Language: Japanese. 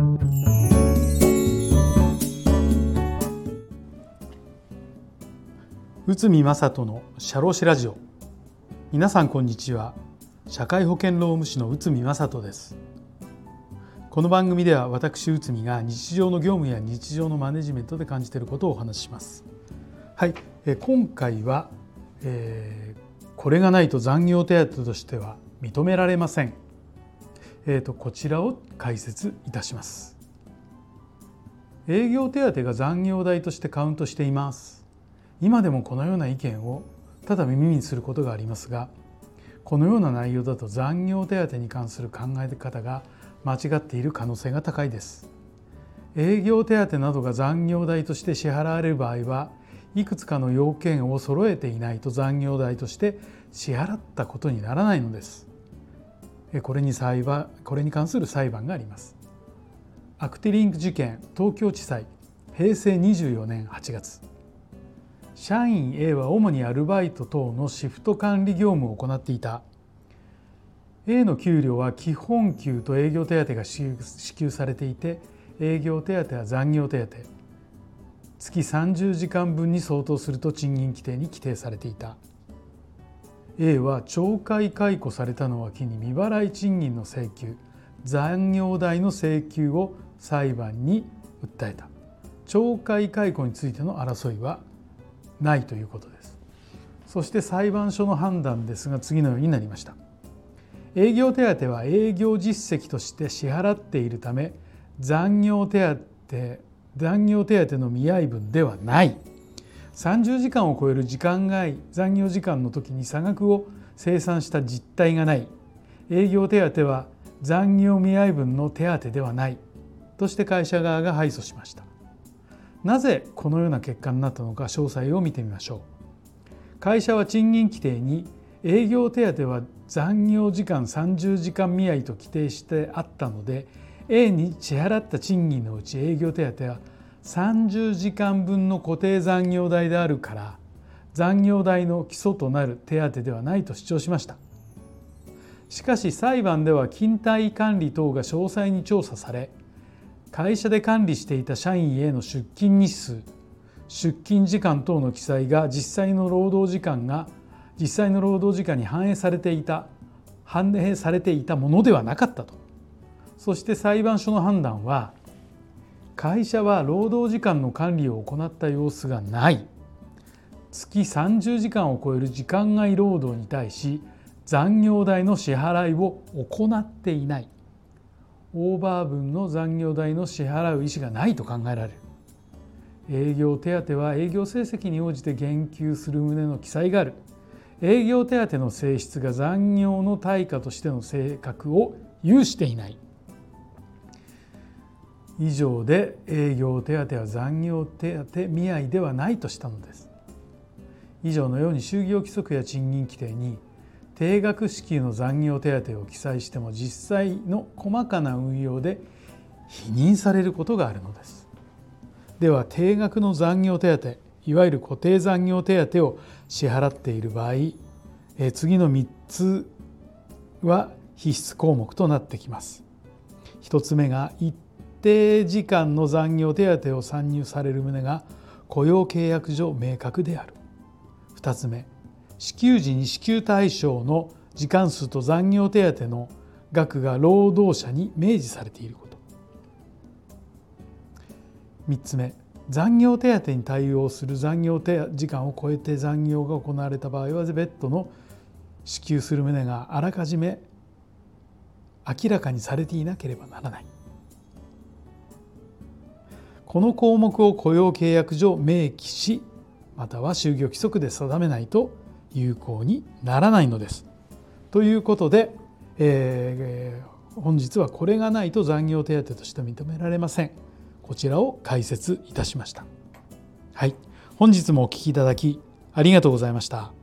内海正人の社労士ラジオ。皆さんこんにちは。社会保険労務士の内海正人です。この番組では私内海が日常の業務や日常のマネジメントで感じていることをお話しします。はい、今回は、これがないと残業手当としては認められません。こちらを解説いたします。営業手当が残業代としてカウントしています。今でもこのような意見をただ耳にすることがありますが、このような内容だと残業手当に関する考え方が間違っている可能性が高いです。営業手当などが残業代として支払われる場合はいくつかの要件を揃えていないと残業代として支払ったことにならないのです。これに関する裁判があります。アクティリング事件、東京地裁、平成24年8月。社員 A は主にアルバイト等のシフト管理業務を行っていた。A の給料は基本給と営業手当が支給されていて、営業手当は残業手当、月30時間分に相当すると賃金規定に規定されていた。A は懲戒解雇されたのは機に未払い賃金の請求、残業代の請求を裁判に訴えた。懲戒解雇についての争いはないということです。そして裁判所の判断ですが次のようになりました。営業手当は営業実績として支払っているため残業手当の見合い分ではない。30時間を超える時間外残業時間の時に差額を精算した実態がない。営業手当は残業見合い分の手当ではないとして会社側が敗訴しました。なぜこのような結果になったのか詳細を見てみましょう。会社は賃金規定に営業手当は残業時間30時間見合いと規定してあったので A に支払った賃金のうち営業手当は30時間分の固定残業代であるから残業代の基礎となる手当ではないと主張しました。しかし裁判では勤怠管理等が詳細に調査され、会社で管理していた社員への出勤日数、出勤時間等の記載が実際の労働時間に反映されていたものではなかったと。そして裁判所の判断は、会社は労働時間の管理を行った様子がない。月30時間を超える時間外労働に対し残業代の支払いを行っていない。オーバー分の残業代の支払う意思がないと考えられる。営業手当は営業成績に応じて減給する旨の記載がある。営業手当の性質が残業の対価としての性格を有していない。以上で営業手当は残業手当見合いではないとしたのです。以上のように就業規則や賃金規定に定額支給の残業手当を記載しても実際の細かな運用で否認されることがあるのです。では定額の残業手当、いわゆる固定残業手当を支払っている場合、次の3つは必須項目となってきます。1つ目が一定時間の残業手当を算入される旨が雇用契約上明確である。2つ目、支給時に支給対象の時間数と残業手当の額が労働者に明示されていること。3つ目、残業手当に対応する残業時間を超えて残業が行われた場合は別途の支給する旨があらかじめ明らかにされていなければならない。この項目を雇用契約上明記し、または就業規則で定めないと有効にならないのです。ということで、本日はこれがないと残業手当として認められません。こちらを解説いたしました。はい、本日もお聞きいただきありがとうございました。